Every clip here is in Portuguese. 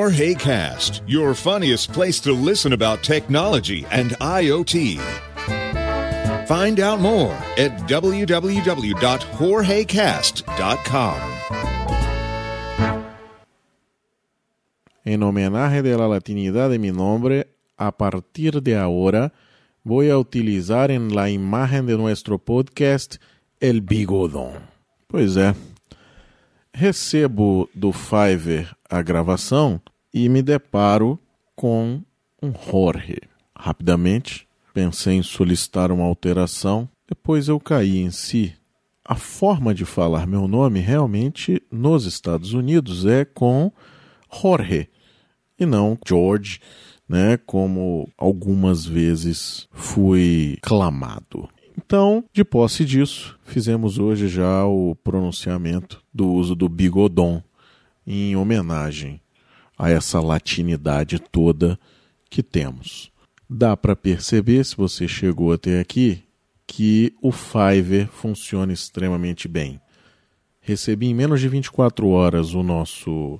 Jorge Cast, your funniest place to listen about technology and IoT. Find out more at www.jorgecast.com. En homenaje de la latinidad de mi nombre, a partir de ahora voy a utilizar en la imagen de nuestro podcast el bigodão. Pois é. Recebo do Fiverr a gravação e me deparo com um Jorge. Rapidamente, pensei em solicitar uma alteração, depois eu caí em si. A forma de falar meu nome realmente nos Estados Unidos é com Jorge e não George, né, como algumas vezes fui clamado. Então, de posse disso, fizemos hoje já o pronunciamento do uso do bigodão em homenagem a essa latinidade toda que temos. Dá para perceber, se você chegou até aqui, que o Fiverr funciona extremamente bem. Recebi em menos de 24 horas o nosso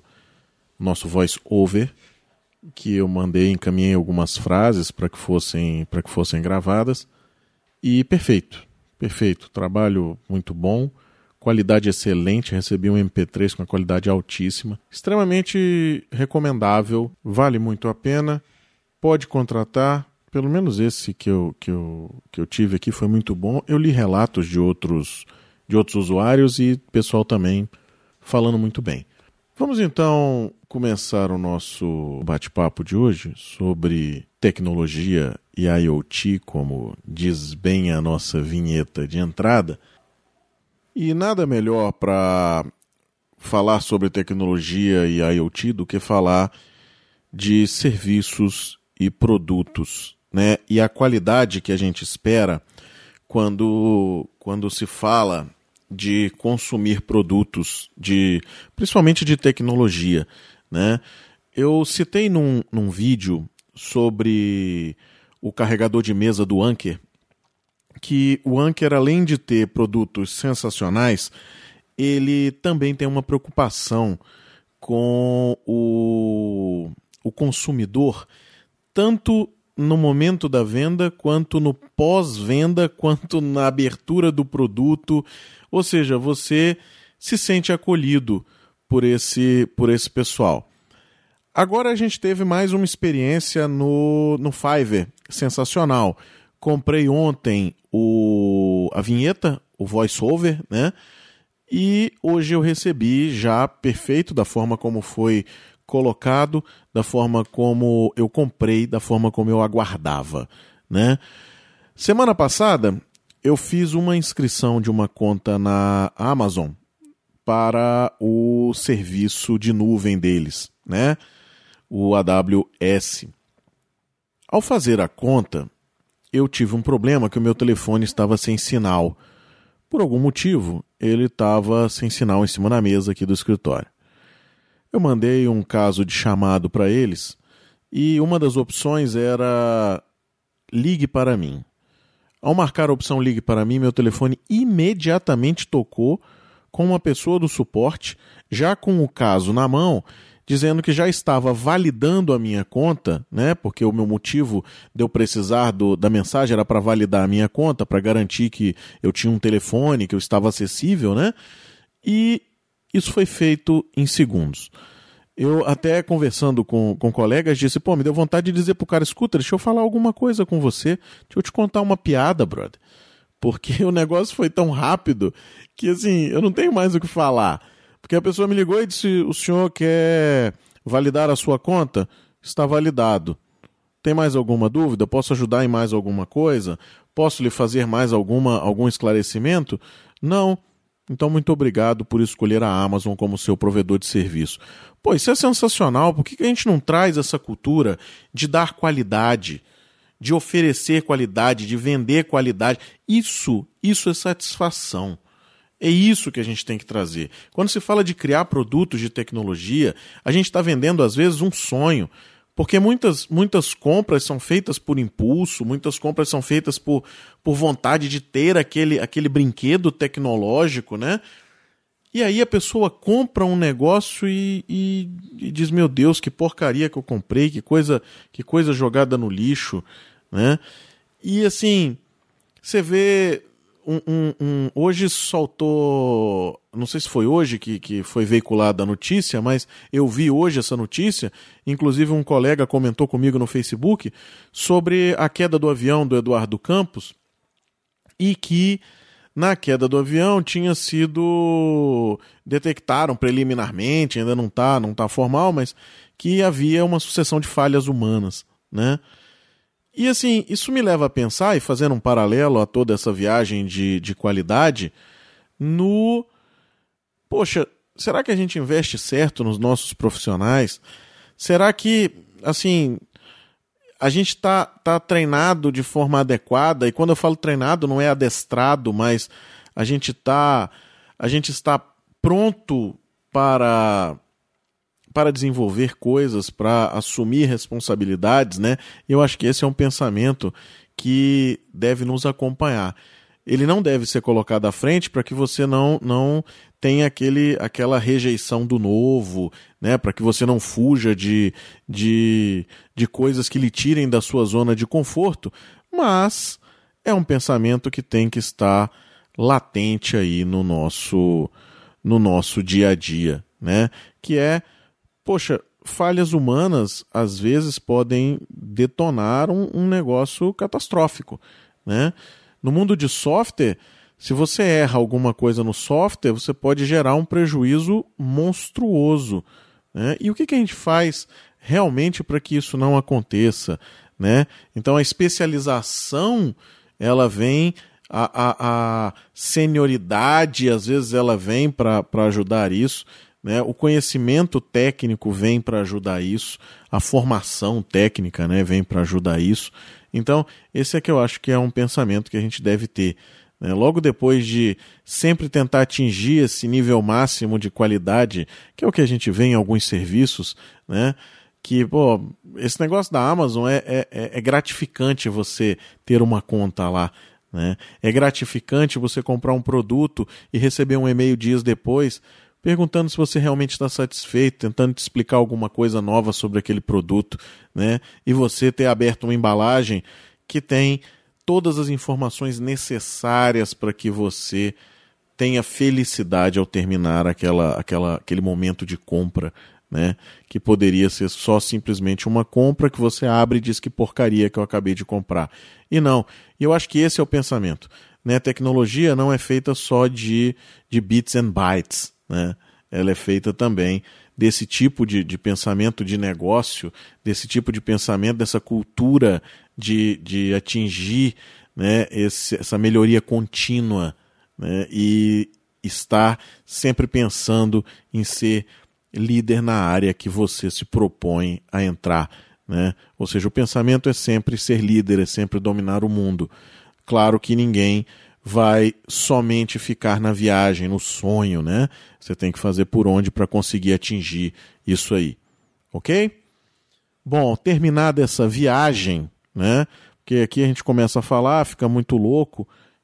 voice over, que eu encaminhei algumas frases para que fossem gravadas. E perfeito, trabalho muito bom, qualidade excelente, recebi um MP3 com uma qualidade altíssima, extremamente recomendável, vale muito a pena, pode contratar, pelo menos esse que eu tive aqui foi muito bom. Eu li relatos de outros usuários e pessoal também falando muito bem. Vamos então começar o nosso bate-papo de hoje sobre tecnologia e IoT, como diz bem a nossa vinheta de entrada. E nada melhor para falar sobre tecnologia e IoT do que falar de serviços e produtos, né? E a qualidade que a gente espera quando se fala de consumir produtos, principalmente de tecnologia, né? Eu citei num vídeo sobre o carregador de mesa do Anker, que o Anker, além de ter produtos sensacionais, ele também tem uma preocupação com o consumidor, tanto no momento da venda, quanto no pós-venda, quanto na abertura do produto. Ou seja, você se sente acolhido por esse pessoal. Agora a gente teve mais uma experiência no Fiverr, sensacional. Comprei ontem a vinheta, o voice-over, né? E hoje eu recebi já perfeito, da forma como foi colocado, da forma como eu comprei, da forma como eu aguardava, né? Semana passada eu fiz uma inscrição de uma conta na Amazon para o serviço de nuvem deles, né? O AWS. Ao fazer a conta, eu tive um problema que o meu telefone estava sem sinal. Por algum motivo, ele estava sem sinal em cima da mesa aqui do escritório. Eu mandei um caso de chamado para eles e uma das opções era ligue para mim. Ao marcar a opção ligue para mim, meu telefone imediatamente tocou com uma pessoa do suporte, já com o caso na mão, dizendo que já estava validando a minha conta, né? Porque o meu motivo de eu precisar da mensagem era para validar a minha conta, para garantir que eu tinha um telefone, que eu estava acessível, né? E isso foi feito em segundos. Eu até conversando com colegas disse, me deu vontade de dizer pro cara, escuta, deixa eu falar alguma coisa com você, deixa eu te contar uma piada, brother. Porque o negócio foi tão rápido que, assim, eu não tenho mais o que falar. Porque a pessoa me ligou e disse, o senhor quer validar a sua conta? Está validado. Tem mais alguma dúvida? Posso ajudar em mais alguma coisa? Posso lhe fazer mais algum esclarecimento? Não. Então, muito obrigado por escolher a Amazon como seu provedor de serviço. Pô, isso é sensacional. Por que a gente não traz essa cultura de dar qualidade, de oferecer qualidade, de vender qualidade? Isso é satisfação. É isso que a gente tem que trazer. Quando se fala de criar produtos de tecnologia, a gente está vendendo, às vezes, um sonho. Porque muitas compras são feitas por impulso, muitas compras são feitas por vontade de ter aquele brinquedo tecnológico, né? E aí a pessoa compra um negócio e diz, meu Deus, que porcaria que eu comprei, que coisa jogada no lixo, né? E assim, você vê, hoje soltou, não sei se foi hoje que foi veiculada a notícia, mas eu vi hoje essa notícia, inclusive um colega comentou comigo no Facebook sobre a queda do avião do Eduardo Campos, e que na queda do avião tinha sido, detectaram preliminarmente, ainda não tá formal, mas que havia uma sucessão de falhas humanas, né? E assim, isso me leva a pensar, e fazendo um paralelo a toda essa viagem de qualidade, poxa, será que a gente investe certo nos nossos profissionais? Será que, assim, a gente está treinado de forma adequada? E quando eu falo treinado, não é adestrado, mas a gente está pronto para desenvolver coisas, para assumir responsabilidades, né? Eu acho que esse é um pensamento que deve nos acompanhar. Ele não deve ser colocado à frente para que você não tenha aquela rejeição do novo, né? Para que você não fuja de coisas que lhe tirem da sua zona de conforto, mas é um pensamento que tem que estar latente aí no nosso dia a dia, né? Que é, poxa, falhas humanas às vezes podem detonar um negócio catastrófico, né? No mundo de software, se você erra alguma coisa no software, você pode gerar um prejuízo monstruoso, né? E o que a gente faz realmente para que isso não aconteça, né? Então a especialização, ela vem, a senioridade às vezes ela vem para ajudar isso, né? O conhecimento técnico vem para ajudar isso, a formação técnica, né, vem para ajudar isso. Então, esse é que eu acho que é um pensamento que a gente deve ter, né? Logo depois de sempre tentar atingir esse nível máximo de qualidade, que é o que a gente vê em alguns serviços, né? Que, pô, esse negócio da Amazon é gratificante você ter uma conta lá, né? É gratificante você comprar um produto e receber um e-mail dias depois perguntando se você realmente está satisfeito, tentando te explicar alguma coisa nova sobre aquele produto, né? E você ter aberto uma embalagem que tem todas as informações necessárias para que você tenha felicidade ao terminar aquele momento de compra, né? Que poderia ser só simplesmente uma compra que você abre e diz que porcaria que eu acabei de comprar. E não, eu acho que esse é o pensamento, né? A tecnologia não é feita só de bits and bytes, né? Ela é feita também desse tipo de pensamento de negócio, desse tipo de pensamento, dessa cultura de atingir, né, essa melhoria contínua, né, e estar sempre pensando em ser líder na área que você se propõe a entrar, né? Ou seja, o pensamento é sempre ser líder, é sempre dominar o mundo. Claro que ninguém vai somente ficar na viagem, no sonho, né? Você tem que fazer por onde para conseguir atingir isso aí, ok? Bom, terminada essa viagem, né? Porque aqui a gente começa a falar, fica muito louco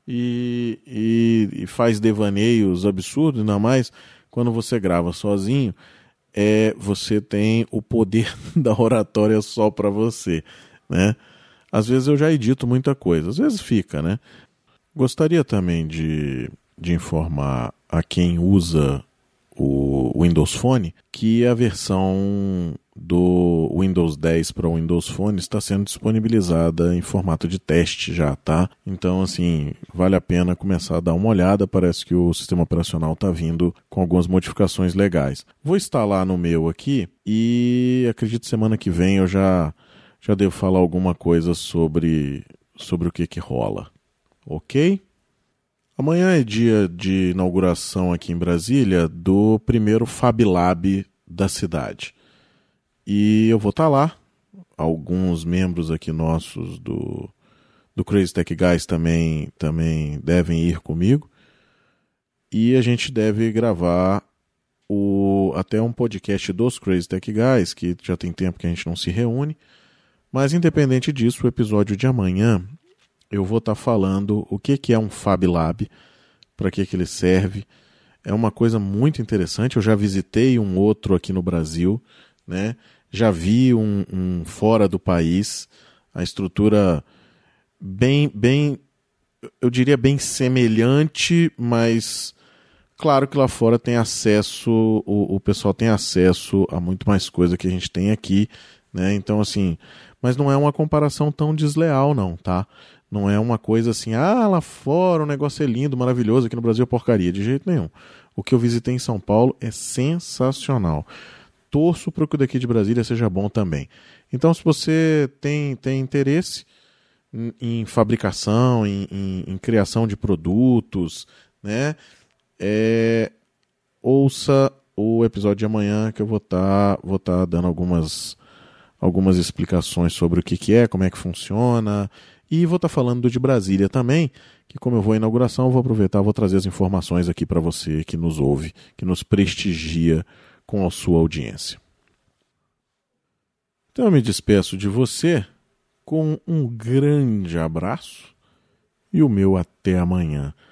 e faz devaneios absurdos, ainda mais quando você grava sozinho, você tem o poder da oratória só para você, né? Às vezes eu já edito muita coisa, às vezes fica, né? Gostaria também de informar a quem usa o Windows Phone que a versão do Windows 10 para o Windows Phone está sendo disponibilizada em formato de teste já, tá? Então, assim, vale a pena começar a dar uma olhada, parece que o sistema operacional está vindo com algumas modificações legais. Vou instalar no meu aqui e acredito semana que vem eu já devo falar alguma coisa sobre o que rola. Ok? Amanhã é dia de inauguração aqui em Brasília do primeiro Fab Lab da cidade. E eu vou estar lá. Alguns membros aqui nossos do Crazy Tech Guys também devem ir comigo. E a gente deve gravar até um podcast dos Crazy Tech Guys, que já tem tempo que a gente não se reúne. Mas independente disso, o episódio de amanhã eu vou estar falando o que é um Fab Lab, para que ele serve, é uma coisa muito interessante. Eu já visitei um outro aqui no Brasil, né? Já vi um fora do país, a estrutura bem, eu diria bem semelhante, mas claro que lá fora tem acesso, o pessoal tem acesso a muito mais coisa que a gente tem aqui, né? Então, assim, mas não é uma comparação tão desleal, não, tá? Não é uma coisa assim, lá fora o negócio é lindo, maravilhoso, aqui no Brasil é porcaria, de jeito nenhum. O que eu visitei em São Paulo é sensacional. Torço para que o daqui de Brasília seja bom também. Então, se você tem interesse em fabricação, em criação de produtos, né? Ouça o episódio de amanhã que eu vou tá dando algumas explicações sobre o que é, como é que funciona, e vou estar falando do de Brasília também, que como eu vou à inauguração, eu vou aproveitar, vou trazer as informações aqui para você que nos ouve, que nos prestigia com a sua audiência. Então eu me despeço de você com um grande abraço e o meu até amanhã.